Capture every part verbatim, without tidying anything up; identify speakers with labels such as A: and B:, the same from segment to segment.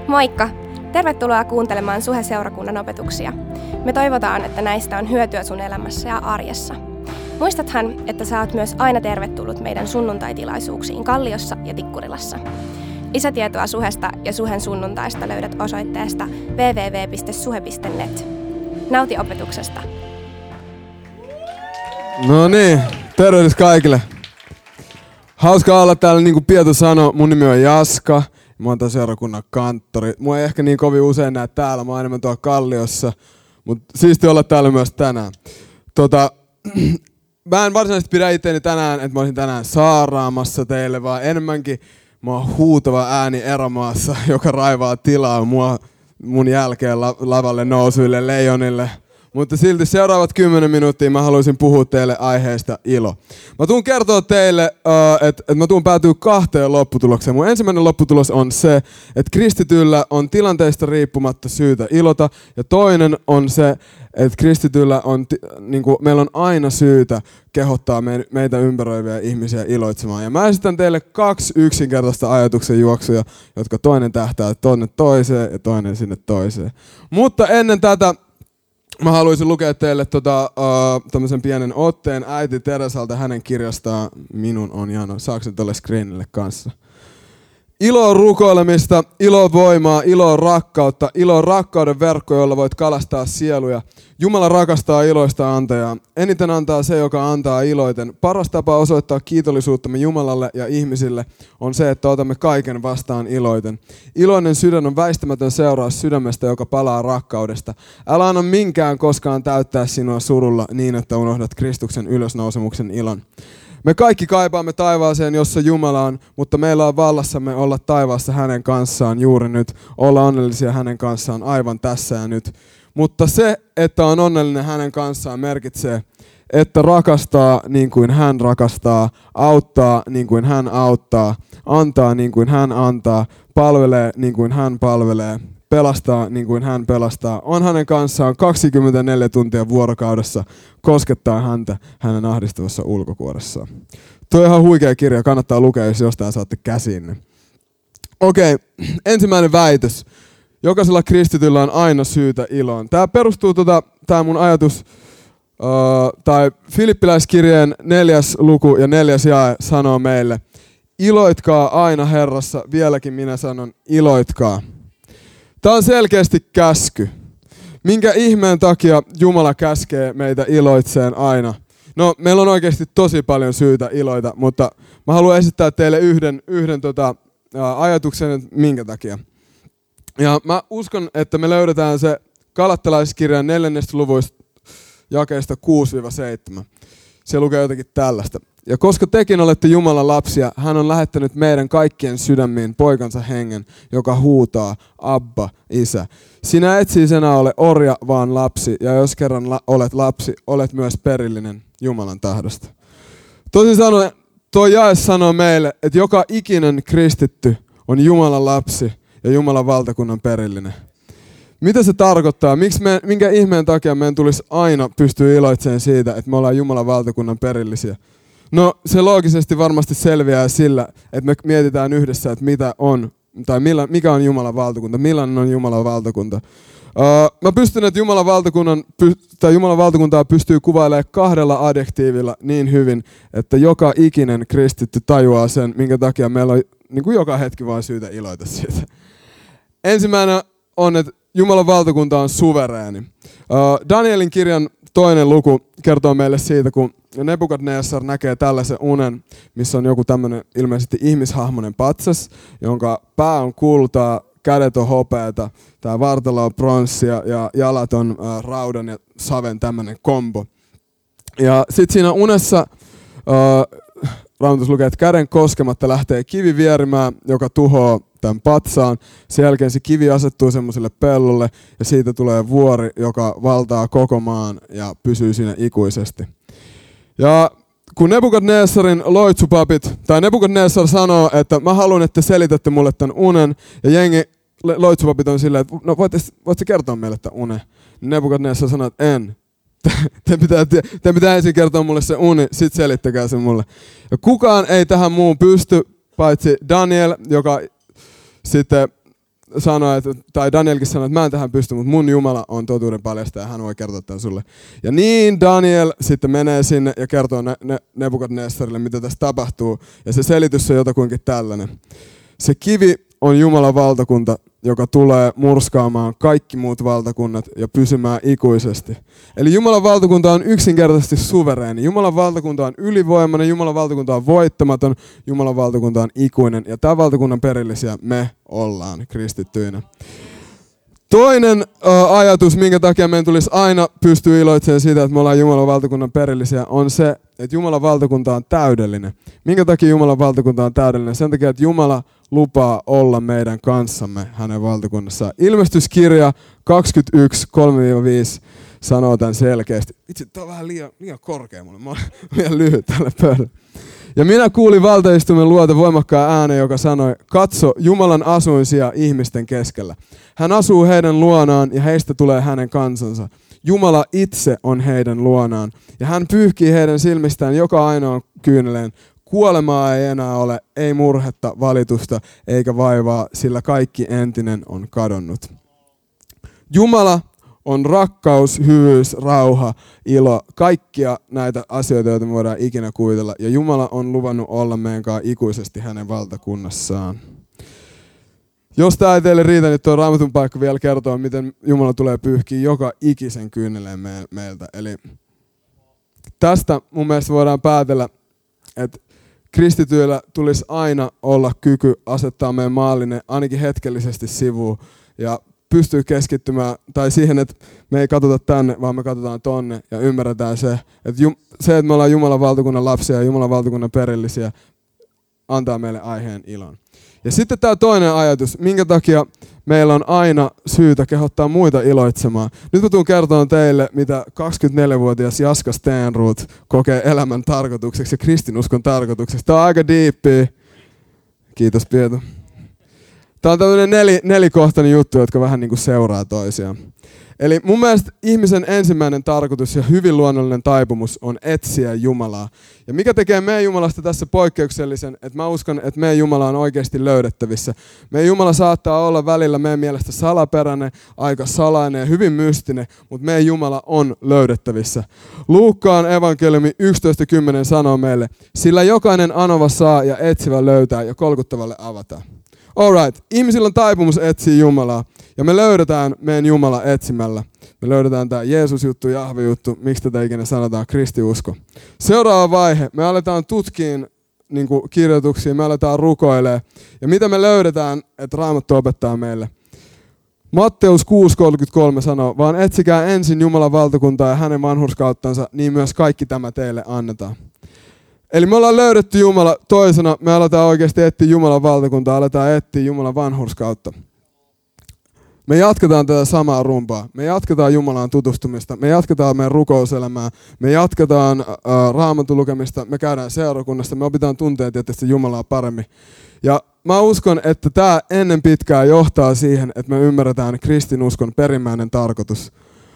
A: Moikka! Tervetuloa kuuntelemaan Suhe-seurakunnan opetuksia. Me toivotaan, että näistä on hyötyä sun elämässä ja arjessa. Muistathan, että sä oot myös aina tervetullut meidän sunnuntaitilaisuuksiin Kalliossa ja Tikkurilassa. Lisätietoa Suhesta ja Suhen sunnuntaista löydät osoitteesta double-u double-u double-u piste suhe piste net. Nauti opetuksesta!
B: No niin, tervehdys kaikille. Hauska olla täällä, niin kuin Pietu sanoi, mun nimi on Jaska. Mä oon tämän seurakunnan kanttori. Mua ei ehkä niin kovin usein näe täällä, mä oon enemmän tuolla Kalliossa. Mutta siisti olla täällä myös tänään. Tota, mä en varsinaisesti pidä itseäni tänään, että mä olisin tänään saaraamassa teille, vaan enemmänkin mä oon huutava ääni erämaassa, joka raivaa tilaa mua mun jälkeen la- lavalle nousuille leijonille. Mutta silti seuraavat kymmenen minuuttia mä haluaisin puhua teille aiheesta ilo. Mä tuun kertoa teille, uh, että et mä tuun päätyä kahteen lopputulokseen. Mun ensimmäinen lopputulos on se, että kristityllä on tilanteista riippumatta syytä ilota. Ja toinen on se, että kristityllä on, niinku, meillä on aina syytä kehottaa me, meitä ympäröiviä ihmisiä iloitsemaan. Ja mä esitän teille kaksi yksinkertaista ajatuksen juoksuja, jotka toinen tähtää tonne toiseen ja toinen sinne toiseen. Mutta ennen tätä mä haluaisin lukea teille tota, uh, tämmöisen pienen otteen äiti Teresalta hänen kirjastaan Minun on jano. Saako se tuolle screenille kanssa? Ilo on rukoilemista, ilo on voimaa, ilo on rakkautta, ilo on rakkauden verkko, jolla voit kalastaa sieluja. Jumala rakastaa iloista antajaa. Eniten antaa se, joka antaa iloiten. Paras tapa osoittaa kiitollisuuttamme Jumalalle ja ihmisille on se, että otamme kaiken vastaan iloiten. Iloinen sydän on väistämätön seuraus sydämestä, joka palaa rakkaudesta. Älä anna minkään koskaan täyttää sinua surulla niin, että unohdat Kristuksen ylösnousemuksen ilon. Me kaikki kaipaamme taivaaseen, jossa Jumala on, mutta meillä on vallassamme olla taivaassa hänen kanssaan juuri nyt, olla onnellisia hänen kanssaan aivan tässä ja nyt. Mutta se, että on onnellinen hänen kanssaan, merkitsee, että rakastaa niin kuin hän rakastaa, auttaa niin kuin hän auttaa, antaa niin kuin hän antaa, palvelee niin kuin hän palvelee, pelastaa niin kuin hän pelastaa, on hänen kanssaan kaksikymmentäneljä tuntia vuorokaudessa, koskettaa häntä hänen ahdistavassa ulkokuoressaan. Tuo on ihan huikea kirja, kannattaa lukea, jos jostain saatte käsinne. Okei, ensimmäinen väitös. Jokaisella kristityllä on aina syytä iloon. Tämä perustuu, tota, tämä mun ajatus, uh, tai Filippiläiskirjeen neljäs luku ja neljäs jae sanoo meille, iloitkaa aina Herrassa, vieläkin minä sanon, iloitkaa. Tämä on selkeästi käsky. Minkä ihmeen takia Jumala käskee meitä iloitseen aina? No, meillä on oikeasti tosi paljon syytä iloita, mutta mä haluan esittää teille yhden, yhden tota, ää, ajatuksen, että minkä takia. Ja mä uskon, että me löydetään se Galattalaiskirjan neljännestä luvuista jakeesta kuusi seitsemän. Se lukee jotenkin tällaista. Ja koska tekin olette Jumalan lapsia, hän on lähettänyt meidän kaikkien sydämiin poikansa hengen, joka huutaa, Abba, Isä. Sinä et siis enää ole orja, vaan lapsi, ja jos kerran la- olet lapsi, olet myös perillinen Jumalan tahdosta. Toisin sanoen, tuo jae sanoo meille, että joka ikinen kristitty on Jumalan lapsi ja Jumalan valtakunnan perillinen. Mitä se tarkoittaa? Miksi me, minkä ihmeen takia meidän tulisi aina pystyä iloitsemaan siitä, että me ollaan Jumalan valtakunnan perillisiä? No se loogisesti varmasti selviää sillä, että me mietitään yhdessä, että mitä on, tai millä, mikä on Jumalan valtakunta, millainen on Jumalan valtakunta. Uh, mä pystyn, että Jumalan, valtakunnan, tai Jumalan valtakuntaa pystyy kuvailemaan kahdella adjektiivilla niin hyvin, että joka ikinen kristitty tajuaa sen, minkä takia meillä on niin kuin joka hetki vaan syytä iloita siitä. Ensimmäinen on, että Jumalan valtakunta on suvereeni. Uh, Danielin kirjan toinen luku kertoo meille siitä, kun Nebukadnessar näkee tällaisen unen, missä on joku tämmöinen ilmeisesti ihmishahmonen patsas, jonka pää on kultaa, kädet on hopeata, tää vartalo on pronssia ja jalat on uh, raudan ja saven tämmöinen kombo. Ja sit siinä unessa uh, Raamatus lukee, että käden koskematta lähtee kivi vierimään, joka tuhoaa tämän patsaan. Sen jälkeen se kivi asettuu semmoiselle pellolle ja siitä tulee vuori, joka valtaa koko maan ja pysyy siinä ikuisesti. Ja kun Nebukadnessarin loitsupapit, tai Nebukadnessar sanoo, että mä haluan, että te selitätte mulle tämän unen, ja jengi loitsupapit on silleen, että no voitko kertoa meille tämän unen? Nebukadnessar sanoo, että en. Te pitää, te pitää ensin kertoa mulle se uni, sit selittäkää se mulle. Ja kukaan ei tähän muun pysty, paitsi Daniel, joka sitten sanoi, että, tai Danielkin sanoi, että mä en tähän pysty, mutta mun Jumala on totuuden paljastaja ja hän voi kertoa tämän sulle. Ja niin Daniel sitten menee sinne ja kertoo ne, ne, Nebukadnessarille, mitä tässä tapahtuu. Ja se selitys on jotakuinkin tällainen. Se kivi on Jumalan valtakunta, joka tulee murskaamaan kaikki muut valtakunnat ja pysymään ikuisesti. Eli Jumalan valtakunta on yksinkertaisesti suvereeni. Jumalan valtakunta on ylivoimainen, Jumalan valtakunta on voittamaton, Jumalan valtakunta on ikuinen. Ja tämän valtakunnan perillisiä me ollaan kristittyinä. Toinen äh, ajatus, minkä takia meidän tulisi aina pystyä iloitsemaan siitä, että me ollaan Jumalan valtakunnan perillisiä, on se, että Jumalan valtakunta on täydellinen. Minkä takia Jumalan valtakunta on täydellinen? Sen takia, että Jumala lupaa olla meidän kanssamme hänen valtakunnassaan. Ilmestyskirja kaksikymmentäyksi kolme viisi sanoo tämän selkeästi. Itse, tämä on vähän liian, liian korkea mulle. Mä olen liian lyhyt tälle pöydälle. Ja minä kuulin valtaistuimen luota voimakkaan äänen, joka sanoi, katso, Jumalan asuinsia ihmisten keskellä. Hän asuu heidän luonaan ja heistä tulee hänen kansansa. Jumala itse on heidän luonaan ja hän pyyhkii heidän silmistään joka ainoan kyyneleen. Kuolemaa ei enää ole, ei murhetta, valitusta eikä vaivaa, sillä kaikki entinen on kadonnut. Jumala on rakkaus, hyvyys, rauha, ilo, kaikkia näitä asioita, joita me voidaan ikinä kuvitella. Ja Jumala on luvannut olla meidän kanssa ikuisesti hänen valtakunnassaan. Jos tämä ei teille riitä, niin tuo Raamatun paikka vielä kertoo, miten Jumala tulee pyyhkiä joka ikisen kyyneleen meiltä. Eli tästä mun mielestä voidaan päätellä, että kristityillä tulisi aina olla kyky asettaa meidän maallinen ainakin hetkellisesti sivuun ja pystyy keskittymään tai siihen, että me ei katsota tänne, vaan me katsotaan tonne ja ymmärretään se, että jum, se, että me ollaan Jumalan valtakunnan lapsia ja Jumalan valtakunnan perillisiä, antaa meille aiheen ilon. Ja sitten tämä toinen ajatus, minkä takia meillä on aina syytä kehottaa muita iloitsemaan. Nyt mä tuun kertomaan teille, mitä kaksikymmentäneljävuotias Jaska Stenroth kokee elämän tarkoitukseksi ja kristinuskon tarkoitukseksi. Tämä on aika diippiä. Kiitos Pietu. Tämä on tämmöinen neli, nelikohtainen juttu, jotka vähän niin kuin seuraa toisiaan. Eli mun mielestä ihmisen ensimmäinen tarkoitus ja hyvin luonnollinen taipumus on etsiä Jumalaa. Ja mikä tekee meidän Jumalasta tässä poikkeuksellisen, että mä uskon, että meidän Jumala on oikeasti löydettävissä. Meidän Jumala saattaa olla välillä meidän mielestä salaperäinen, aika salainen ja hyvin mystinen, mutta meidän Jumala on löydettävissä. Luukkaan evankeliumi yksitoista kymmenen sanoo meille, sillä jokainen anova saa ja etsivä löytää ja kolkuttavalle avataan. Alright, ihmisillä on taipumus etsiä Jumalaa ja me löydetään meidän Jumala etsimällä. Me löydetään tämä Jeesus-juttu, Jahve-juttu, miksi tätä ikinä sanotaan, kristiusko. Seuraava vaihe, me aletaan tutkiin niin kuin kirjoituksia, me aletaan rukoilemaan. Ja mitä me löydetään, että Raamattu opettaa meille? Matteus kuusi kolmekymmentäkolme sanoo, vaan etsikää ensin Jumalan valtakuntaa ja hänen vanhurskauttansa, niin myös kaikki tämä teille annetaan. Eli me ollaan löydetty Jumala, toisena me aletaan oikeasti etsiä Jumalan valtakuntaa, aletaan etsiä Jumalan vanhurskautta. Me jatketaan tätä samaa rumpaa. Me jatketaan Jumalaan tutustumista. Me jatketaan meidän rukouselämää. Me jatketaan äh, Raamatun lukemista. Me käydään seurakunnasta. Me opitaan tuntea tietysti Jumalaa paremmin. Ja mä uskon, että tämä ennen pitkää johtaa siihen, että me ymmärretään kristinuskon perimmäinen tarkoitus.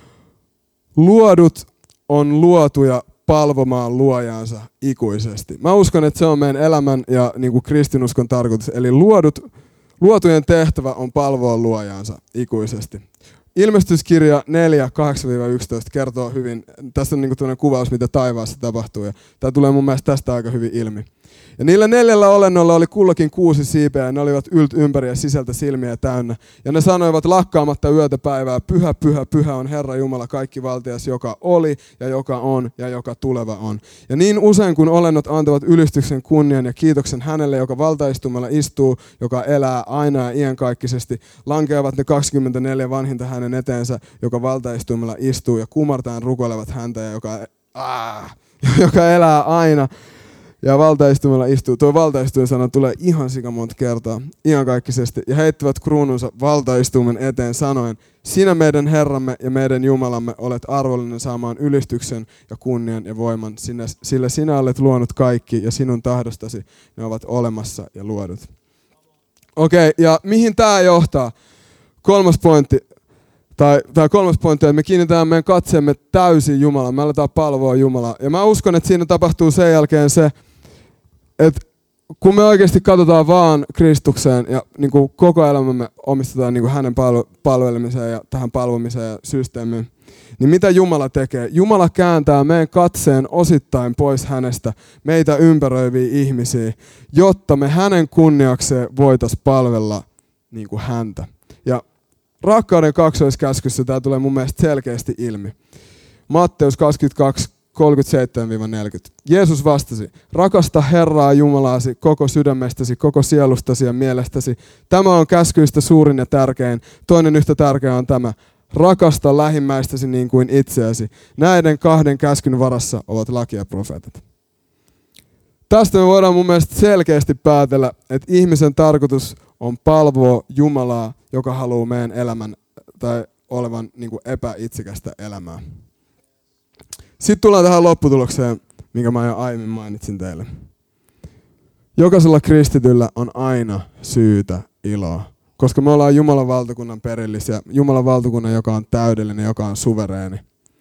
B: Luodut on luotuja palvomaan luojaansa ikuisesti. Mä uskon, että se on meidän elämän ja niin kuin kristinuskon tarkoitus. Eli luodut, luotujen tehtävä on palvoa luojaansa ikuisesti. Ilmestyskirja neljä kahdeksan yksitoista kertoo hyvin, tässä on niin kuin kuvaus, mitä taivaassa tapahtuu. Ja tämä tulee mun mielestä tästä aika hyvin ilmi. Ja niillä neljällä olennolla oli kullakin kuusi siipeä, ja ne olivat ylt ympäri ja sisältä silmiä täynnä. Ja ne sanoivat lakkaamatta yötä päivää, pyhä, pyhä, pyhä on Herra Jumala, kaikki valtias, joka oli ja joka on ja joka tuleva on. Ja niin usein kun olennot antavat ylistyksen, kunnian ja kiitoksen hänelle, joka valtaistumalla istuu, joka elää aina ja iankaikkisesti, lankeavat ne kaksikymmentäneljä vanhinta hänen eteensä, joka valtaistumalla istuu ja kumartaan rukoilevat häntä, ja joka, aah, joka elää aina. Ja valtaistumella istuu. Tuo valtaistuin sana tulee ihan sikamonta kertaa, iankaikkisesti. Ja heittävät kruununsa valtaistuimen eteen sanoen, sinä meidän Herramme ja meidän Jumalamme olet arvollinen saamaan ylistyksen ja kunnian ja voiman, sillä sinä olet luonut kaikki ja sinun tahdostasi ne ovat olemassa ja luodut. Okei, okay, ja mihin tämä johtaa? Kolmas pointti. Tai, tai kolmas pointti, että me kiinnitetään meidän katseemme täysin Jumalaan. Me aletaan palvoa Jumalaa. Ja mä uskon, että siinä tapahtuu sen jälkeen se, että kun me oikeasti katsotaan vaan Kristukseen ja niin kuin koko elämämme omistetaan niin kuin hänen palvelemiseen ja tähän palvomiseen ja systeemiin, niin mitä Jumala tekee? Jumala kääntää meidän katseen osittain pois hänestä, meitä ympäröiviä ihmisiä, jotta me hänen kunniakseen voitaisiin palvella niin kuin häntä. Ja rakkauden kaksoiskäskyssä tämä tulee mun mielestä selkeästi ilmi. Matteus kaksikymmentäkaksi, kolmekymmentäseitsemän neljäkymmentä. Jeesus vastasi, rakasta Herraa Jumalaasi koko sydämestäsi, koko sielustasi ja mielestäsi. Tämä on käskyistä suurin ja tärkein. Toinen yhtä tärkeä on tämä. Rakasta lähimmäistäsi niin kuin itseäsi. Näiden kahden käskyn varassa ovat laki ja profeetat. Tästä me voidaan mun mielestä selkeästi päätellä, että ihmisen tarkoitus on palvoa Jumalaa, joka haluaa meidän elämän tai olevan niin kuin epäitsikästä elämää. Sitten tullaan tähän lopputulokseen, minkä mä jo aiemmin mainitsin teille. Jokaisella kristityllä on aina syytä iloa, koska me ollaan Jumalan valtakunnan perillisiä, Jumalan valtakunnan, joka on täydellinen, joka on suvereeni.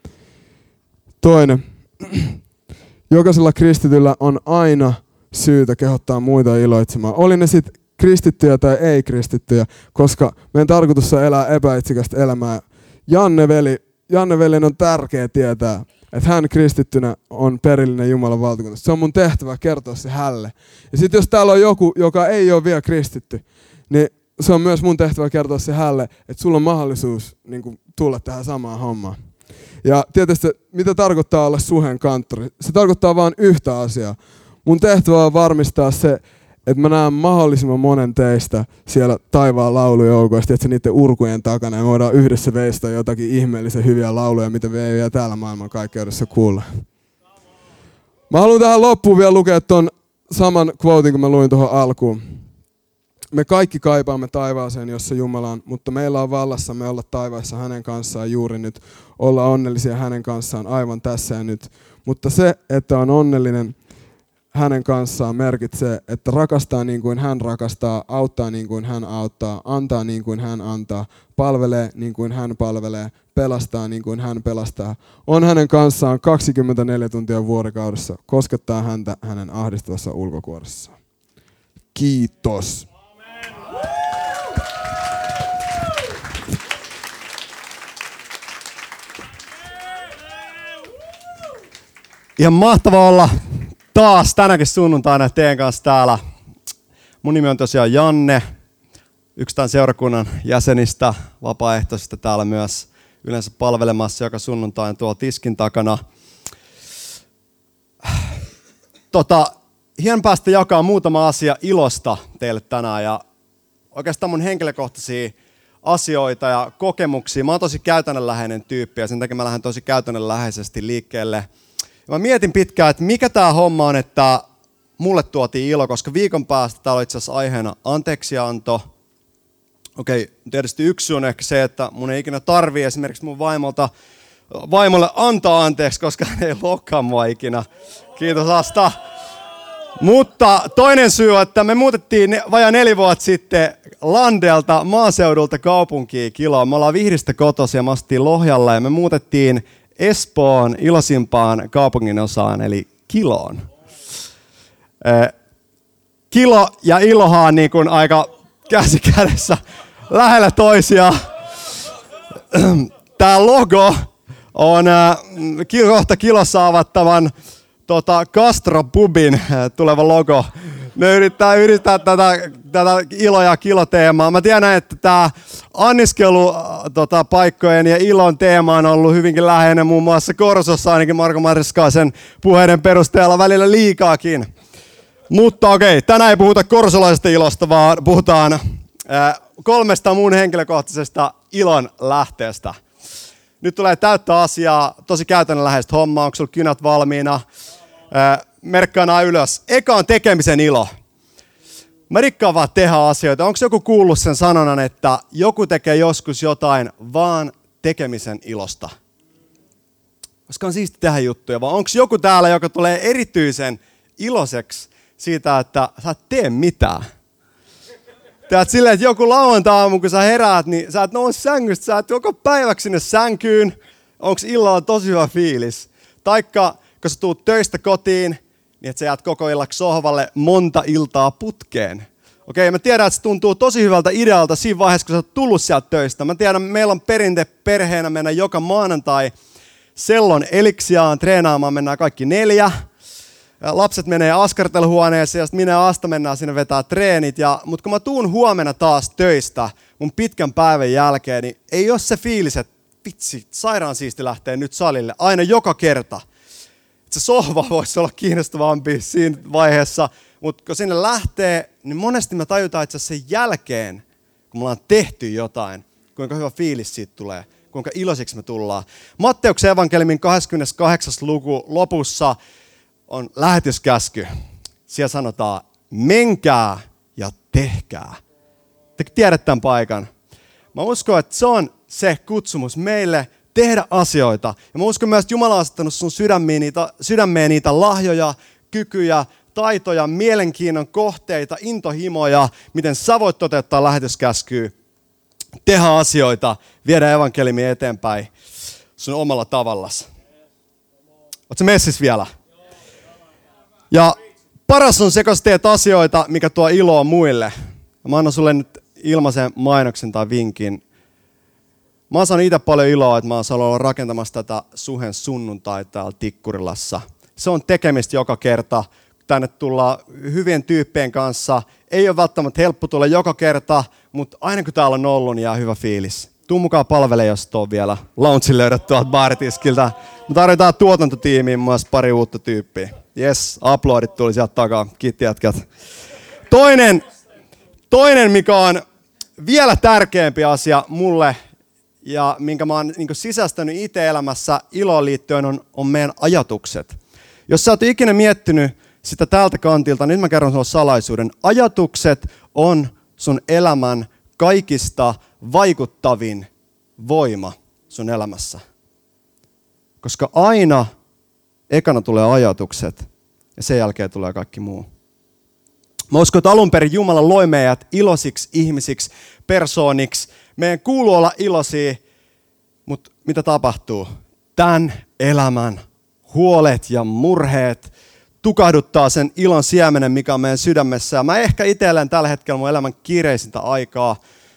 B: Toinen, jokaisella kristityllä on aina syytä kehottaa muita iloitsemaan. Oli ne sitten kristittyjä tai ei-kristittyjä, koska meidän tarkoitus on elää epäitsikästä elämää. Janne veli, Janne veljen on tärkeää tietää, että hän kristittynä on perillinen Jumalan valtakunnasta. Se on mun tehtävä kertoa se hälle. Ja sitten jos täällä on joku, joka ei ole vielä kristitty, niin se on myös mun tehtävä kertoa se hälle, että sulla on mahdollisuus niin kuin, tulla tähän samaan hommaan. Ja tietysti, mitä tarkoittaa olla suhen kanttori? Se tarkoittaa vain yhtä asiaa. Mun tehtävä on varmistaa se, että mä näen mahdollisimman monen teistä siellä taivaan laulujoukoista, että se niiden urkujen takana ja me voidaan yhdessä veistää jotakin ihmeellisen hyviä lauluja, mitä me ei vielä täällä maailman kaikkeudessa kuulla. Mä haluan tähän loppuun vielä lukea ton saman quotin, kun mä luin tuohon alkuun. Me kaikki kaipaamme taivaaseen, jossa Jumala on, mutta meillä on vallassamme olla taivaissa hänen kanssaan juuri nyt, olla onnellisia hänen kanssaan aivan tässä ja nyt. Mutta se, että on onnellinen hänen kanssaan, merkitsee, että rakastaa niin kuin hän rakastaa, auttaa niin kuin hän auttaa, antaa niin kuin hän antaa, palvelee niin kuin hän palvelee, pelastaa niin kuin hän pelastaa, on hänen kanssaan kaksikymmentäneljä tuntia vuorokaudessa, koskettaa häntä hänen ahdistavassa ulkokuoressaan. Kiitos.
C: Ihan mahtavaa olla taas tänäkin sunnuntaina teidän kanssa täällä. Mun nimi on tosiaan Janne, yksi tämän seurakunnan jäsenistä, vapaaehtoisista täällä myös yleensä palvelemassa joka sunnuntain tuolla tiskin takana. Tota, hien päästä jakaa muutama asia ilosta teille tänään ja oikeastaan mun henkilökohtaisia asioita ja kokemuksia. Mä oon tosi käytännönläheinen tyyppi ja sen takia mä lähden tosi käytännönläheisesti liikkeelle. Ja mä mietin pitkään, että mikä tää homma on, että mulle tuotiin ilo, koska viikon päästä täällä on itse asiassa aiheena anteeksianto. Okei, tietysti yksi on ehkä se, että mun ei ikinä tarvii esimerkiksi mun vaimolta, vaimolle antaa anteeksi, koska hän ei loukkaa mua ikinä. Kiitos Asta. Mutta toinen syy on, että me muutettiin vajaa neljä vuotta sitten Landelta maaseudulta kaupunkiin kiloon. Me ollaan Vihdistä kotoisin ja me asuttiin Lohjalla ja me muutettiin Espoon iloisimpaan kaupunginosaan, eli Kiloon. Kilo ja Ilohan on niin kuin aika käsi kädessä lähellä toisiaan. Tämä logo on kohta Kilossa avattavan tota, Castro Pubin tuleva logo. Ne yrittää yrittää tätä, tätä ilo- ja kiloteemaa. Mä tiedän, että tämä anniskelupaikkojen tota, ja ilon teema on ollut hyvinkin läheinen muun muassa Korsossa, ainakin Marko Mariskaisen puheiden perusteella välillä liikaakin. Mutta okei, tänään ei puhuta korsolaisesta ilosta, vaan puhutaan ää, kolmesta mun henkilökohtaisesta ilon lähteestä. Nyt tulee täyttä asiaa, tosi käytännönläheistä hommaa, onko sulla kynät valmiina? Ää, merkkaana ylös. Eka on tekemisen ilo. Mä rikkaan vaan tehdä asioita. Onko joku kuullut sen sanonnan, että joku tekee joskus jotain vaan tekemisen ilosta? Koska on siisti tehdä juttuja, vaan onko joku täällä, joka tulee erityisen iloiseksi siitä, että sä et tee mitään? Teet silleen, että joku lauantai-aamu, kun sä heräät, niin sä et nouse sängystä, sä et koko päiväksi sinne sänkyyn. Onko illalla tosi hyvä fiilis? Taikka, kun sä tuut töistä kotiin, niin että sä jäät koko illaksi sohvalle monta iltaa putkeen. Okei, mä tiedän, että se tuntuu tosi hyvältä idealta siinä vaiheessa, kun sä oot tullut sieltä töistä. Mä tiedän, meillä on perinte perheenä mennä joka maanantai Sellon Elixiaan treenaamaan, mennään kaikki neljä. Lapset menee askarteluhuoneeseen ja sitten minä ja Asta mennään sinne vetää treenit. Ja, mutta kun mä tuun huomenna taas töistä mun pitkän päivän jälkeen, niin ei ole se fiilis, että vitsi, sairaan siisti lähtee nyt salille aina joka kerta. Se sohva voisi olla kiinnostavampi siinä vaiheessa, mutta kun sinne lähtee, niin monesti me tajutaan itse asiassa sen jälkeen, kun me ollaan tehty jotain, kuinka hyvä fiilis siitä tulee, kuinka iloisiksi me tullaan. Matteuksen evankeliumin kahdeskymmeneskahdeksas luku lopussa on lähetyskäsky. Siellä sanotaan, menkää ja tehkää. Te tiedät tämän paikan. Mä uskon, että se on se kutsumus meille tehdä asioita. Ja mä uskon myös, että Jumala on asettanut sun sydämeen niitä, sydämeen niitä lahjoja, kykyjä, taitoja, mielenkiinnon kohteita, intohimoja, miten sä voit toteuttaa lähetyskäskyä, tehdä asioita, viedä evankeliumia eteenpäin sun omalla tavallasi. Ootko messis vielä? Ja paras on se, kun sä teet asioita, mikä tuo iloa muille. Mä annan sulle nyt ilmaisen mainoksen tai vinkin. Mä oon saanut itse paljon iloa, että mä oon saanut olla rakentamassa tätä Suhen sunnuntai täällä Tikkurilassa. Se on tekemistä joka kerta. Tänne tullaan hyvien tyyppien kanssa. Ei ole välttämättä helppo tulla joka kerta, mutta aina kun täällä on ollut, niin jää hyvä fiilis. Tuu mukaan palvele, jos tuo vielä loungein löydät tuolta baaritiskiltä. Me tarvitaan tuotantotiimiin myös pari uutta tyyppiä. Jes, aplodit tuli sieltä takaa. Kiitti jätkät. Toinen, toinen, mikä on vielä tärkeämpi asia mulle, ja minkä mä oon niin sisäistänyt itse elämässä iloon liittyen, on, on meidän ajatukset. Jos sä oot ikinä miettinyt sitä tältä kantilta, nyt mä kerron sulle salaisuuden. Ajatukset on sun elämän kaikista vaikuttavin voima sun elämässä. Koska aina ekana tulee ajatukset ja sen jälkeen tulee kaikki muu. Mä uskon, että alun perin Jumala loi meidät iloisiksi ihmisiksi, persooniksi. Meidän kuuluu olla iloisia, mutta mitä tapahtuu? Tämän elämän huolet ja murheet tukahduttaa sen ilon siemenen, mikä on meidän sydämessä. Ja mä ehkä itselleni tällä hetkellä mun elämän kiireisintä aikaa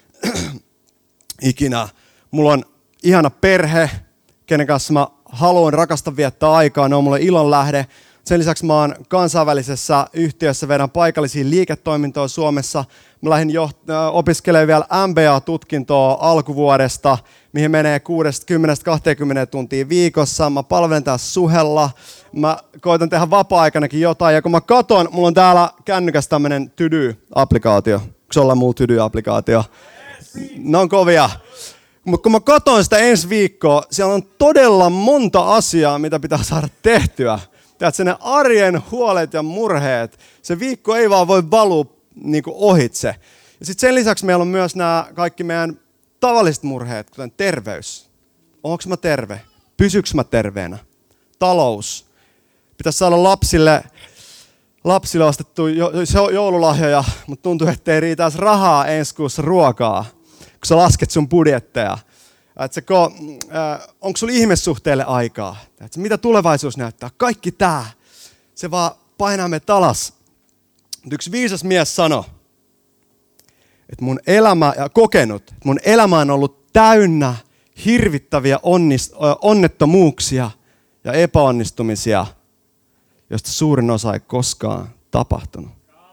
C: ikinä. Mulla on ihana perhe, kenen kanssa mä haluan rakastaa viettää aikaa. Ne on mulle ilon lähde. Sen lisäksi mä oon kansainvälisessä yhtiössä, vedän paikallisia liiketoimintoja Suomessa. Mä lähdin joht- opiskelemaan vielä M B A-tutkintoa alkuvuodesta, mihin menee kuudesta kaksikymmentä tuntia viikossa. Mä palvelen tässä Suhella. Mä koitan tehdä vapaa-aikanakin jotain. Ja kun mä katon, mulla on täällä kännykässä tämmönen To-Do-applikaatio. Onko se olla mulla To-Do-applikaatio? Ne on kovia. Mutta kun mä katon sitä ensi viikkoa, siellä on todella monta asiaa, mitä pitää saada tehtyä. Tiedätkö, ne arjen huolet ja murheet, se viikko ei vaan voi valua niin kuin ohitse. Ja sitten sen lisäksi meillä on myös nämä kaikki meidän tavalliset murheet, kuten terveys. Onko mä terve? Pysyykö mä terveenä? Talous. Pitäisi saada lapsille, lapsille ostettu joululahjoja, mutta tuntuu, että ei riitä edes rahaa ensi kuussa ruokaa, kun sä lasket sun budjetteja. Onko sulla ihmissuhteille aikaa? Että mitä tulevaisuus näyttää? Kaikki tää. Se vaan painaa meidät alas. Yksi viisas mies sanoi, että mun elämä, ja kokenut, että mun elämä on ollut täynnä hirvittäviä onnist, onnettomuuksia ja epäonnistumisia, joista suurin osa ei koskaan tapahtunut.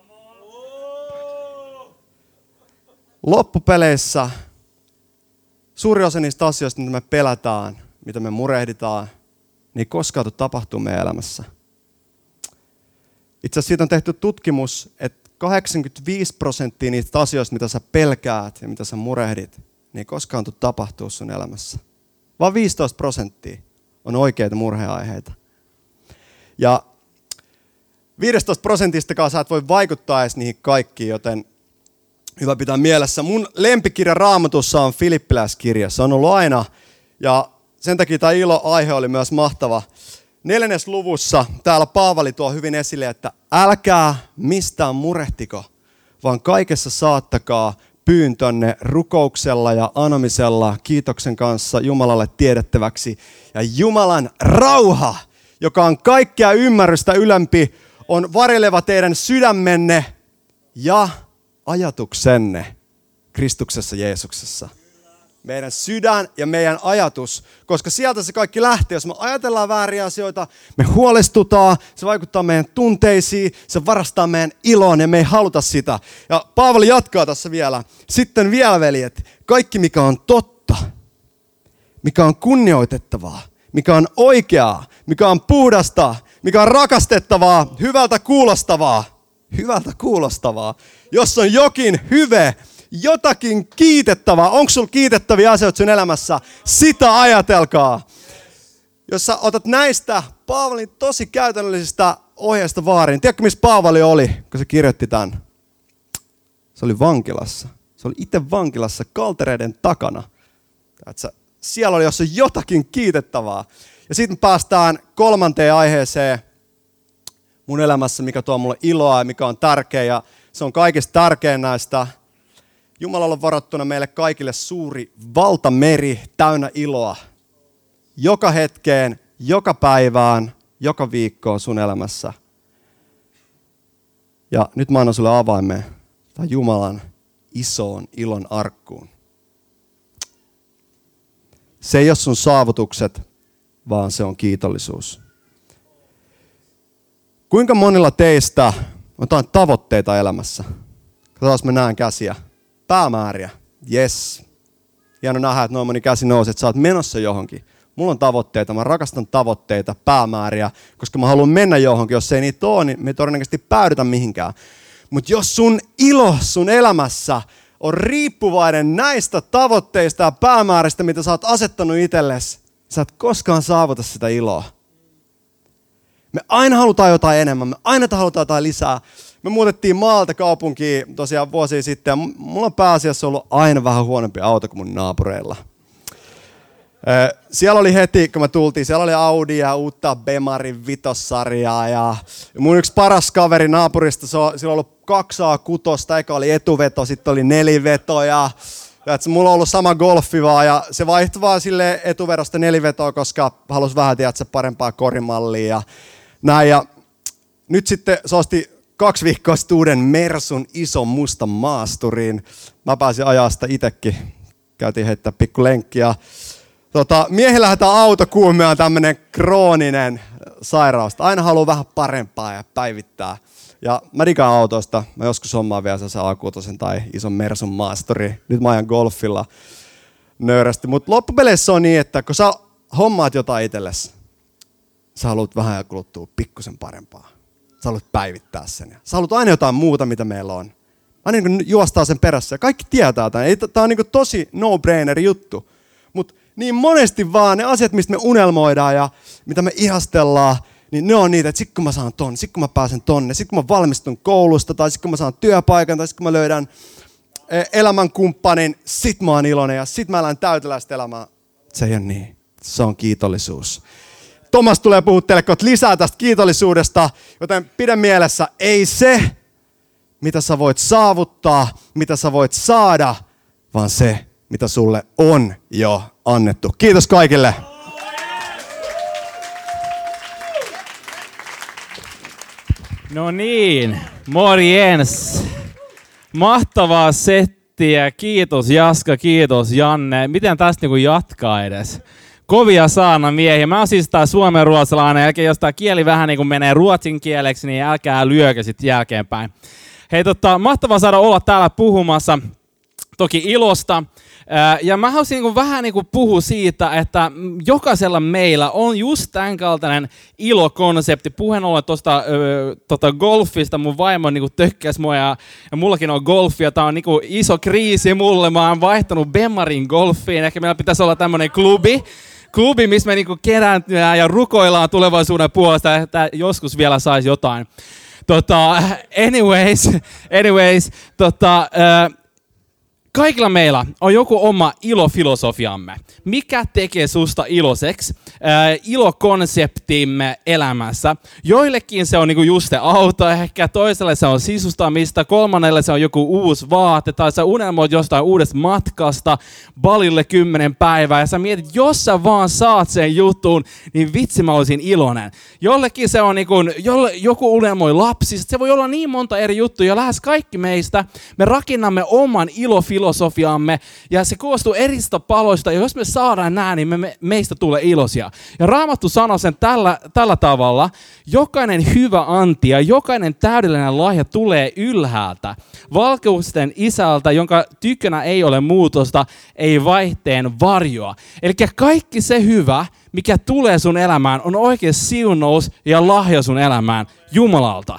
C: Loppupeleissä suuri osa niistä asioista, mitä me pelätään, mitä me murehditaan, niin ei koskaan tule tapahtuu meidän elämässä. Itse asiassa siitä on tehty tutkimus, että kahdeksankymmentäviisi prosenttia niistä asioista, mitä sä pelkäät ja mitä sä murehdit, niin ei koskaan tule tapahtuu sun elämässä. Vaan viisitoista prosenttia on oikeita murheaiheita. Ja viisitoista prosentistakaan sä et voi vaikuttaa edes niihin kaikkiin, joten hyvä pitää mielessä. Mun lempikirja Raamatussa on Filippiläiskirja. Se on ollut aina. Ja sen takia tämä ilo-aihe oli myös mahtava. Neljännes luvussa täällä Paavali tuo hyvin esille, että älkää mistään murehtiko, vaan kaikessa saattakaa pyyntönne rukouksella ja anomisella kiitoksen kanssa Jumalalle tiedettäväksi. Ja Jumalan rauha, joka on kaikkea ymmärrystä ylempi, on varjeleva teidän sydämenne ja ajatuksenne Kristuksessa Jeesuksessa. Meidän sydän ja meidän ajatus, koska sieltä se kaikki lähtee. Jos me ajatellaan vääriä asioita, me huolestutaan, se vaikuttaa meidän tunteisiin, se varastaa meidän iloon ja me ei haluta sitä. Ja Paavali jatkaa tässä vielä. Sitten vielä, veljet, kaikki mikä on totta, mikä on kunnioitettavaa, mikä on oikeaa, mikä on puhdasta, mikä on rakastettavaa, hyvältä kuulostavaa, hyvältä kuulostavaa. Jos on jokin hyve, jotakin kiitettävää, onko sulla kiitettäviä asioita sun elämässä, sitä ajatelkaa. Jos sä otat näistä Paavalin tosi käytännöllisistä ohjeista vaarin, tiedätkö missä Paavali oli, kun se kirjoitti tämän? Se oli vankilassa. Se oli itse vankilassa kaltereiden takana. Siellä oli, jos on jotakin kiitettävää. Ja sitten päästään kolmanteen aiheeseen mun elämässä, mikä tuo mulle iloa ja mikä on tärkeä. Ja se on kaikista tärkein näistä. Jumalalla on varattuna meille kaikille suuri valtameri täynnä iloa. Joka hetkeen, joka päivään, joka viikkoon sun elämässä. Ja nyt mä annan sulle avaimen tai Jumalan isoon ilon arkkuun. Se ei ole sun saavutukset, vaan se on kiitollisuus. Kuinka monilla teistä on jotain tavoitteita elämässä? Katsotaan, mä näen käsiä. Päämääriä. Yes. Hieno nähdä, että noin moni käsi nousi, että sä oot menossa johonkin. Mulla on tavoitteita, mä rakastan tavoitteita, päämääriä, koska mä haluan mennä johonkin. Jos ei niitä ole, niin me ei todennäköisesti päädytä mihinkään. Mutta jos sun ilo sun elämässä on riippuvainen näistä tavoitteista ja päämääristä, mitä sä oot asettanut itsellesi, sä et koskaan saavuta sitä iloa. Me aina halutaan jotain enemmän, me aina halutaan jotain lisää. Me muutettiin maalta kaupunkiin tosiaan vuosia sitten ja mulla on pääasiassa ollut aina vähän huonompi auto kuin mun naapureilla. Siellä oli heti, kun me tultiin, siellä oli Audi ja uutta Bemarin vitossarjaa ja mun yksi paras kaveri naapurista, se on, sillä on ollut kaksi A kuusi, eka oli etuveto, sitten oli neliveto ja että mulla on ollut sama golfi vaan ja se vaihtui vaan sille etuvedosta nelivetoa, koska halusi vähän tiedätkö, parempaa korimallia ja näin. Ja nyt sitten se osti kaksi viikkoa sitten uuden Mersun ison mustan maasturiin. Mä pääsin ajaa sitä itsekin. Käytiin heittää pikku lenkkiä. Tota, miehillähän tämä autokuume on tämmöinen krooninen sairaus. Aina haluaa vähän parempaa ja päivittää. Ja mä digaan autoista. Mä joskus hommaan vielä sen A kuusi tai ison Mersun maasturi. Nyt mä ajan golfilla nöyrästi. Mutta loppupeleissä on niin, että kun sä hommaat jotain itsellesi, sä haluat vähän ja kuluttua pikkusen parempaa. Sä haluat päivittää sen. Sä haluat aina jotain muuta, mitä meillä on. Aina niin kuin juostaa sen perässä. Ja kaikki tietää tämän. Tämä on niin kuin tosi no-brainer juttu. Mutta niin monesti vaan ne asiat, mistä me unelmoidaan ja mitä me ihastellaan, niin ne on niitä, että sit kun mä saan ton, sit kun mä pääsen tonne, sit kun mä valmistun koulusta, tai sit kun mä saan työpaikan, tai sit kun mä löydän elämänkumppanin, sit mä oon iloinen ja sit mä elän täyteläistä elämää. Se ei ole niin. Se on kiitollisuus. Tomas tulee puhua teille lisää tästä kiitollisuudesta, joten pidä mielessä, ei se, mitä sä voit saavuttaa, mitä sä voit saada, vaan se, mitä sulle on jo annettu. Kiitos kaikille.
D: No niin, morjens. Mahtavaa settiä. Kiitos Jaska, kiitos Janne. Miten tästä niinku jatkaa edes? Kovia saarnamiehiä. Mä oon siis tää suomenruotsalainen, jälkeen jos tää kieli vähän niin kuin menee ruotsin kieleksi, niin älkää lyökö sit jälkeenpäin. Hei, tota, mahtavaa saada olla täällä puhumassa toki ilosta. Ja mä haluaisin niin vähän niin puhua siitä, että jokaisella meillä on just tämän kaltainen ilokonsepti. Puheen ollen tuosta tota golfista, mun vaimo niin tökkäsi mua ja, ja mullakin on golfia. Tää on niin iso kriisi mulle. Mä oon vaihtanut Bemarin golfiin. Ehkä meillä pitäisi olla tämmöinen klubi. Klubi, missä me niinku kerääntyään ja rukoillaan tulevaisuuden puolesta, että joskus vielä saisi jotain. Tota, anyways, anyways tota, äh, Kaikilla meillä on joku oma ilofilosofiamme. Mikä tekee susta iloiseksi? Äh, ilokonseptimme elämässä. Joillekin se on niinku just se auto, ehkä toiselle se on sisustamista, kolmannelle se on joku uusi vaate, tai sä unelmoit jostain uudesta matkasta Balille kymmenen päivää, ja sä mietit, jos sä vaan saat sen jutun, niin vitsi mä olisin iloinen. Jollekin se on niinku, jolle, joku unelmoi lapsista, se voi olla niin monta eri juttuja, ja lähes kaikki meistä, me rakennamme oman ilofilosofiamme, ja se koostuu eristä paloista, ja jos me saadaan nää, niin me, me, meistä tulee iloisia. Ja Raamattu sanoo sen tällä, tällä tavalla, jokainen hyvä anti ja jokainen täydellinen lahja tulee ylhäältä, valkeusten isältä, jonka tykönä ei ole muutosta, ei vaihteen varjoa. Eli kaikki se hyvä, mikä tulee sun elämään, on oikein siunaus ja lahja sun elämään Jumalalta.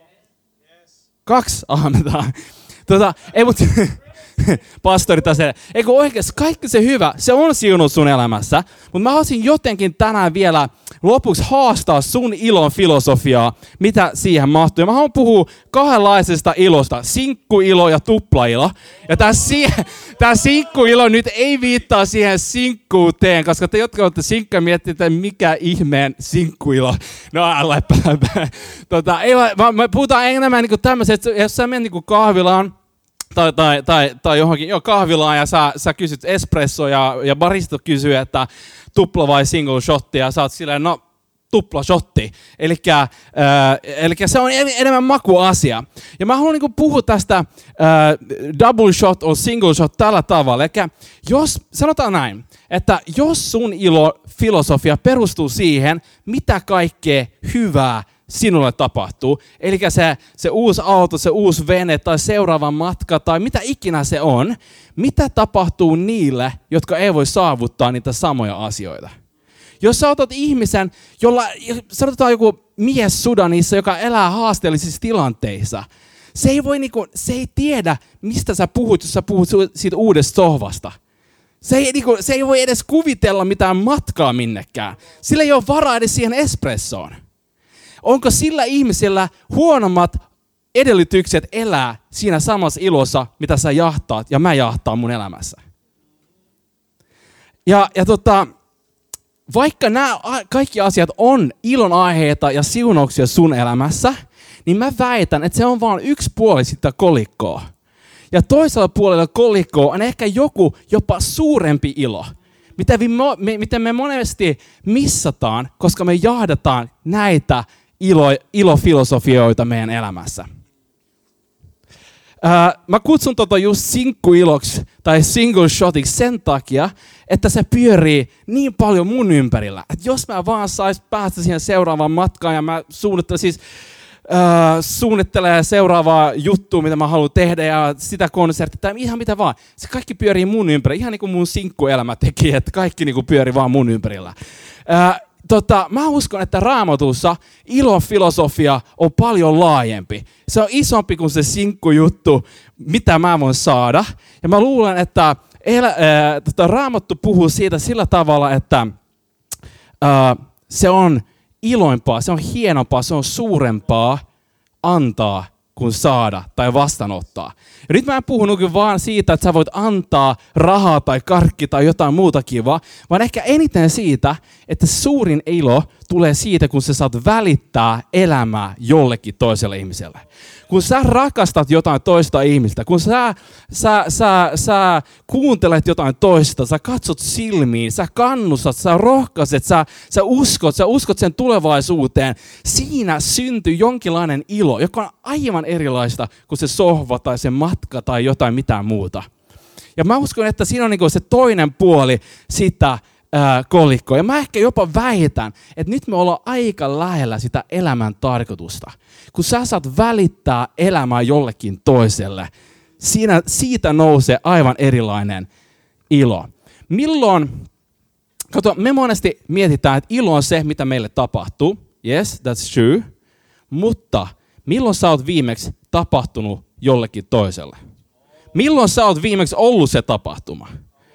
D: Kaksi aamentaa. Tota, ei mut... Pastori tässä. Eikö oikeasti kaikki se hyvä, se on siunut sun elämässä, mutta mä haluaisin jotenkin tänään vielä lopuksi haastaa sun ilon filosofiaa, mitä siihen mahtuu. Ja mä haluan puhua kahdenlaisesta ilosta, sinkkuilo ja tuplailo. Ja tää, si- tää sinkkuilo nyt ei viittaa siihen sinkkuuteen, koska te, jotka olette sinkkuja, miettii, mikä ihmeen sinkkuilo. No älä tota, ei, vaan me puhutaan enemmän niin kuin tämmöiset, jos sä menet niin kahvilaan, Tai, tai, tai, tai johonkin jo kahvilaan ja sä, sä kysyt espresso ja, ja barista kysyy, että tupla vai single shotti ja sä oot silleen, no tupla shotti. Elikkä, äh, elikkä se on enemmän makuasia. Ja mä haluan niinku puhua tästä äh, double shot or single shot tällä tavalla. Elikkä jos, sanotaan näin, että jos sun ilofilosofia perustuu siihen, mitä kaikkea hyvää sinulle tapahtuu. Eli se, se uusi auto, se uusi vene tai seuraava matka tai mitä ikinä se on, mitä tapahtuu niille, jotka ei voi saavuttaa niitä samoja asioita. Jos sä otat ihmisen, jolla sanotaan joku mies Sudanissa, joka elää haasteellisissa tilanteissa, se ei, voi niinku, se ei tiedä, mistä sä puhut, jos sä puhut siitä uudesta sohvasta. Se ei, niinku, se ei voi edes kuvitella mitään matkaa minnekään. Sillä ei ole varaa edes siihen espressoon. Onko sillä ihmisellä huonommat edellytykset elää siinä samassa ilossa, mitä sä jahtaat ja mä jahtaan mun elämässä? Ja, ja tota, vaikka nämä kaikki asiat on ilon aiheita ja siunauksia sun elämässä, niin mä väitän, että se on vain yksi puoli sitä kolikkoa. Ja toisella puolella kolikkoa on ehkä joku jopa suurempi ilo. Mitä me, miten me monesti missataan, koska me jahdataan näitä ilo, ilofilosofioita meidän elämässä. Ää, mä kutsun tota just sinkkuiloksi tai single shotiksi sen takia, että se pyörii niin paljon mun ympärillä. Et jos mä vaan sais päästä siihen seuraavaan matkaan ja mä suunnittelen siis Uh, suunnittelee seuraavaa juttua, mitä mä haluan tehdä ja sitä konserttia tai ihan mitä vaan. Se kaikki pyörii mun ympärillä, ihan niin kuin mun sinkkuelämä teki, että kaikki niin kuin pyörii vaan mun ympärillä. Uh, tota, mä uskon, että Raamatussa ilofilosofia on paljon laajempi. Se on isompi kuin se sinkkujuttu, mitä mä voin saada. Ja mä luulen, että elä, uh, tota, Raamattu puhuu siitä sillä tavalla, että uh, se on iloimpaa, se on hienompaa, se on suurempaa antaa kuin saada tai vastaanottaa. Ja nyt mä en puhunut vaan siitä, että sä voit antaa rahaa tai karkki tai jotain muuta kivaa, vaan ehkä eniten siitä, että suurin ilo tulee siitä, kun sä saat välittää elämää jollekin toiselle ihmiselle. Kun sä rakastat jotain toista ihmistä, kun sä, sä, sä, sä kuuntelet jotain toista, sä katsot silmiin, sä kannustat, sä rohkaiset, sä, sä uskot, sä uskot sen tulevaisuuteen, siinä syntyy jonkinlainen ilo, joka on aivan erilaista kuin se sohva tai se matka tai jotain mitään muuta. Ja mä uskon, että siinä on niinku se toinen puoli sitä kolikkoa. Ja mä ehkä jopa väitän, että nyt me ollaan aika lähellä sitä elämän tarkoitusta. Kun sä saat välittää elämää jollekin toiselle, siinä, siitä nousee aivan erilainen ilo. Milloin, kato, me monesti mietitään, että ilo on se, mitä meille tapahtuu. Yes, that's true. Mutta milloin sä oot viimeksi tapahtunut jollekin toiselle? Milloin sä oot viimeksi ollut se tapahtuma?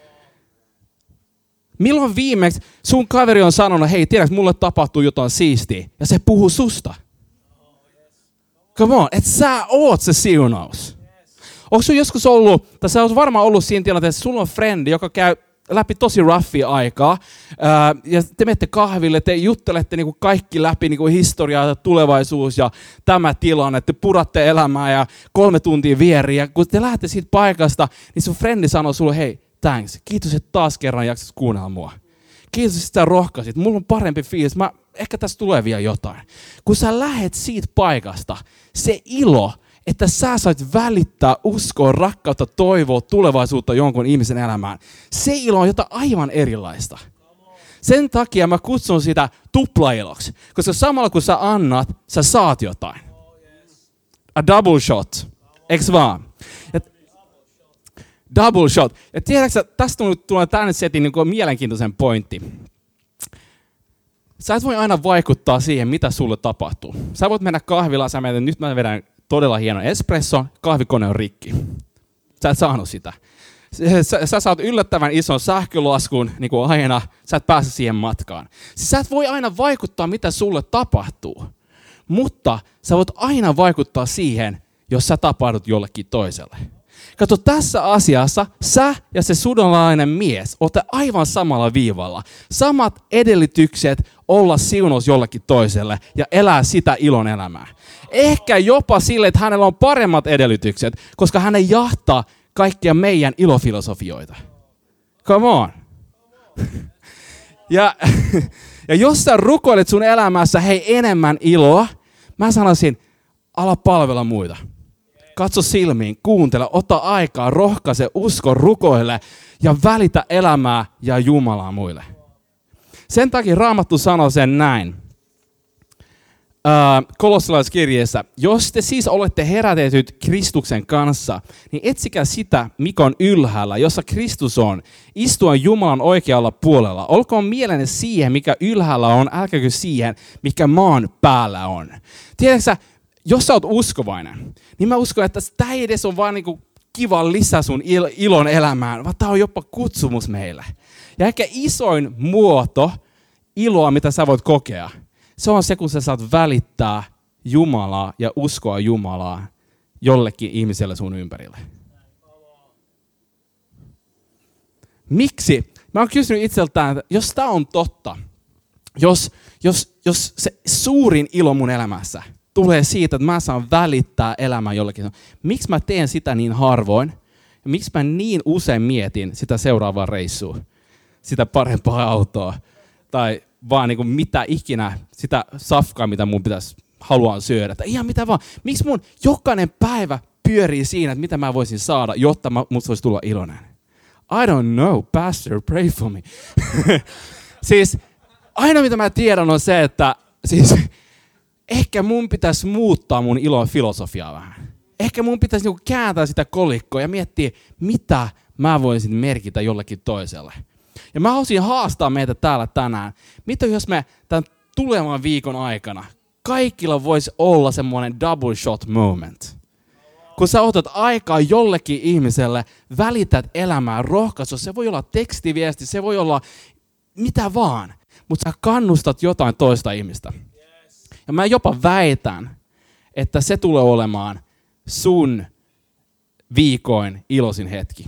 D: Milloin viimeksi sun kaveri on sanonut, hei, tiedätkö, mulle tapahtuu jotain siistiä, ja se puhuu susta? Come on, että sä oot se siunaus. Onko sun joskus ollut, tai sä oot varmaan ollut siinä tilanteessa, että sulla on frendi, joka käy läpi tosi raffia aikaa, ää, ja te menette kahville, te juttelette niinku kaikki läpi niinku historiaa ja tulevaisuus ja tämä tilanne, te puratte elämää ja kolme tuntia vieriin, ja kun te lähdette siitä paikasta, niin sun frendi sanoo sulle, hei, thanks, kiitos, että taas kerran jaksat kuunnella mua. Kiitos, että sä rohkaisit, mulla on parempi fiilis, mä, ehkä tässä tulee vielä jotain. Kun sä lähet siitä paikasta, se ilo, että sä sait välittää uskoa, rakkautta, toivoa, tulevaisuutta jonkun ihmisen elämään. Se ilo on jotain aivan erilaista. Sen takia mä kutsun sitä tuplailoksi, koska samalla kun sä annat, sä saat jotain. A double shot, eiks vaan? Ja double shot. Ja tiedätkö, tästä tulee tänne setin niin mielenkiintoisen pointti. Sä et voi aina vaikuttaa siihen, mitä sulle tapahtuu. Sä voit mennä kahvilaan, sä mietit, nyt mä vedän todella hieno espresso, kahvikone on rikki. Sä et saanut sitä. Sä, sä saat yllättävän ison sähkölaskun, niin kuin aina, sä et pääse siihen matkaan. Siis sä et voi aina vaikuttaa, mitä sulle tapahtuu. Mutta sä voit aina vaikuttaa siihen, jos sä tapahdut jollekin toiselle. Kato, tässä asiassa sä ja se sudanilainen mies olette aivan samalla viivalla. Samat edellytykset olla siunaus jollekin toiselle ja elää sitä ilon elämää. Ehkä jopa sille, että hänellä on paremmat edellytykset, koska hän ei jahtaa kaikkia meidän ilofilosofioita. Come on. Ja, ja jos sä rukoilet sun elämässä hei enemmän iloa, mä sanoisin, ala palvella muita. Katso silmiin, kuuntele, ota aikaa, rohkaise, usko, rukoile ja välitä elämää ja Jumalaa muille. Sen takia Raamattu sanoo sen näin. Äh, kolossalaiskirjeessä, jos te siis olette herätetyt Kristuksen kanssa, niin etsikää sitä, mikä on ylhäällä, jossa Kristus on, istua Jumalan oikealla puolella. Olkoon mielenne siihen, mikä ylhäällä on, älkääkö siihen, mikä maan päällä on. Tiedätkö, jos sä oot uskovainen, niin mä uskon, että tämä ei edes ole vaan niinku kiva lisä sun il- ilon elämään, vaan tämä on jopa kutsumus meille. Ja ehkä isoin muoto iloa, mitä sä voit kokea, se on se, kun sä saat välittää Jumalaa ja uskoa Jumalaa jollekin ihmiselle sun ympärille. Miksi? Mä oon kysynyt itseltään, että jos tämä on totta, jos, jos, jos se suurin ilo mun elämässä tulee siitä, että mä saan välittää elämää jollekin, miksi mä teen sitä niin harvoin? Ja miksi mä niin usein mietin sitä seuraavaa reissua, sitä parempaa autoa, tai vaan niin kuin mitä ikinä, sitä safkaa, mitä mun pitäisi haluan syödä. Tai ihan mitä vaan. Miksi mun jokainen päivä pyörii siinä, että mitä mä voisin saada, jotta mä, musta voisi tulla iloinen? I don't know, pastor, pray for me. Siis aina mitä mä tiedän on se, että siis, ehkä mun pitäisi muuttaa mun ilon filosofiaa vähän. Ehkä mun pitäisi niinku kääntää sitä kolikkoa ja miettiä, mitä mä voisin merkitä jollekin toiselle. Ja mä haluaisin haastaa meitä täällä tänään. Mitä jos me tämän tulevan viikon aikana kaikilla voisi olla semmoinen double shot moment. Kun sä otat aikaa jollekin ihmiselle, välität elämää, rohkaisu. Se voi olla tekstiviesti, se voi olla mitä vaan. Mutta sä kannustat jotain toista ihmistä. Ja mä jopa väitän, että se tulee olemaan sun viikoin iloisin hetki.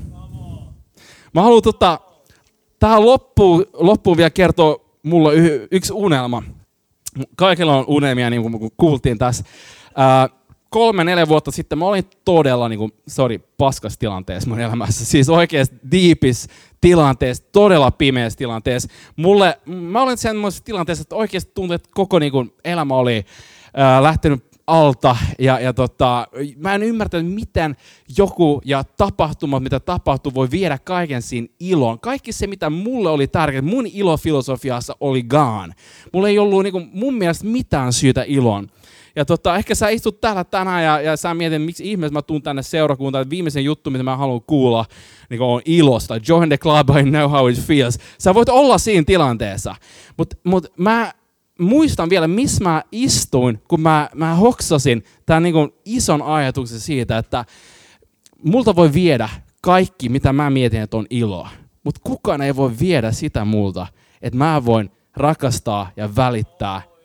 D: Mä haluan tota, tähän loppuun, loppuun vielä kertoa mulle y- yksi unelma. Kaikilla on unelmia, niin kuin kuultiin tässä. Ää, kolme, neljä vuotta sitten mä olin todella, niin kuin, sorry, paskas tilanteessa mun elämässä. Siis oikeasti deepis tilanteessa, todella pimeässä tilanteessa. Mulle, mä olin semmoisessa tilanteessa, että oikeasti tuntui, että koko niin kuin, elämä oli ää, lähtenyt alta. Ja, ja tota, mä en ymmärtänyt, miten joku ja tapahtumat, mitä tapahtuu, voi viedä kaiken siinä ilon. Kaikki se, mitä mulle oli tärkeää, mun ilofilosofiassa oli gone. Mulla ei ollut niin kuin, mun mielestä mitään syytä ilon. Ja tota, ehkä sä istut täällä tänään ja, ja sä mietit, miksi ihmeessä mä tuun tänne seurakuntaan. Viimeisen juttu, mitä mä haluan kuulla, niin on ilosta. Join the club, I know how it feels. Sä voit olla siinä tilanteessa. Mutta mut mä muistan vielä, missä mä istuin, kun mä, mä hoksasin tämän niin kuin ison ajatuksen siitä, että multa voi viedä kaikki, mitä mä mietin, että on iloa. Mutta kukaan ei voi viedä sitä multa, että mä voin rakastaa ja välittää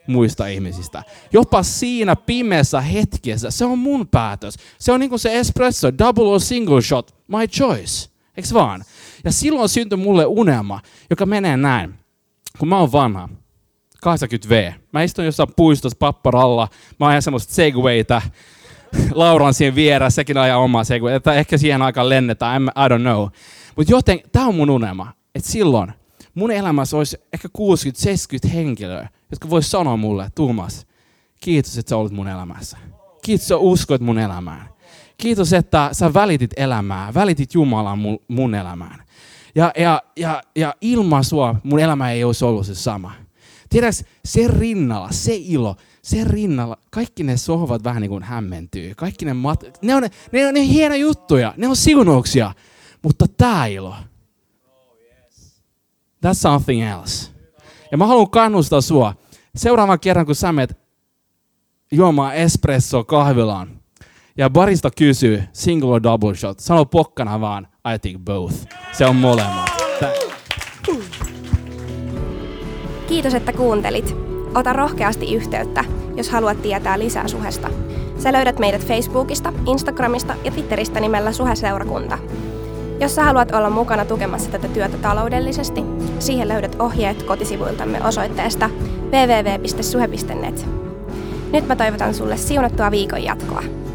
D: muista ihmisistä. Jopa siinä pimeässä hetkessä, se on mun päätös. Se on niin kuin se espresso, double or single shot, my choice. Eiks vaan? Ja silloin syntyi mulle unelma, joka menee näin. Kun mä oon vanha, kahdeksankymmentä vuotta, mä istun jossain puistossa papparalla, mä ajan semmoista segwayta, Laura on siinä vieressä, sekin ajaa omaa segwayta, ehkä siihen aikaan lennetään, I don't know. Mutta joten, tää on mun unelma, että silloin mun elämässä olisi ehkä kuusikymmentä seitsemänkymmentä henkilöä, jotka vois sanoa mulle, Tuomas, kiitos, että sä olet mun elämässä. Kiitos, että sä uskoit mun elämään. Kiitos, että sä välitit elämää, välitit Jumalaa mun, mun elämään. Ja, ja, ja, ja ilman sua mun elämä ei olisi ollut se sama. Tiedätkö, se rinnalla, se ilo, se rinnalla, kaikki ne sohvat vähän niin kuin hämmentyy. Kaikki ne mat- ne on, ne on ne hienoja juttuja, ne on siunauksia. Mutta tää ilo, that's something else. Ja mä haluan kannustaa sua. Seuraavan kerran, kun sä menet juomaan espresso kahvilaan, ja barista kysyy, single or double shot, sano pokkana vaan, I think both. Se on molemmat.
A: Kiitos, että kuuntelit. Ota rohkeasti yhteyttä, jos haluat tietää lisää Suhesta. Sä löydät meidät Facebookista, Instagramista ja Twitteristä nimellä Suhe-seurakunta. Jos sä haluat olla mukana tukemassa tätä työtä taloudellisesti, siihen löydät ohjeet kotisivuiltamme osoitteesta double-u double-u double-u piste suhe piste net. Nyt mä toivotan sulle siunattua viikon jatkoa.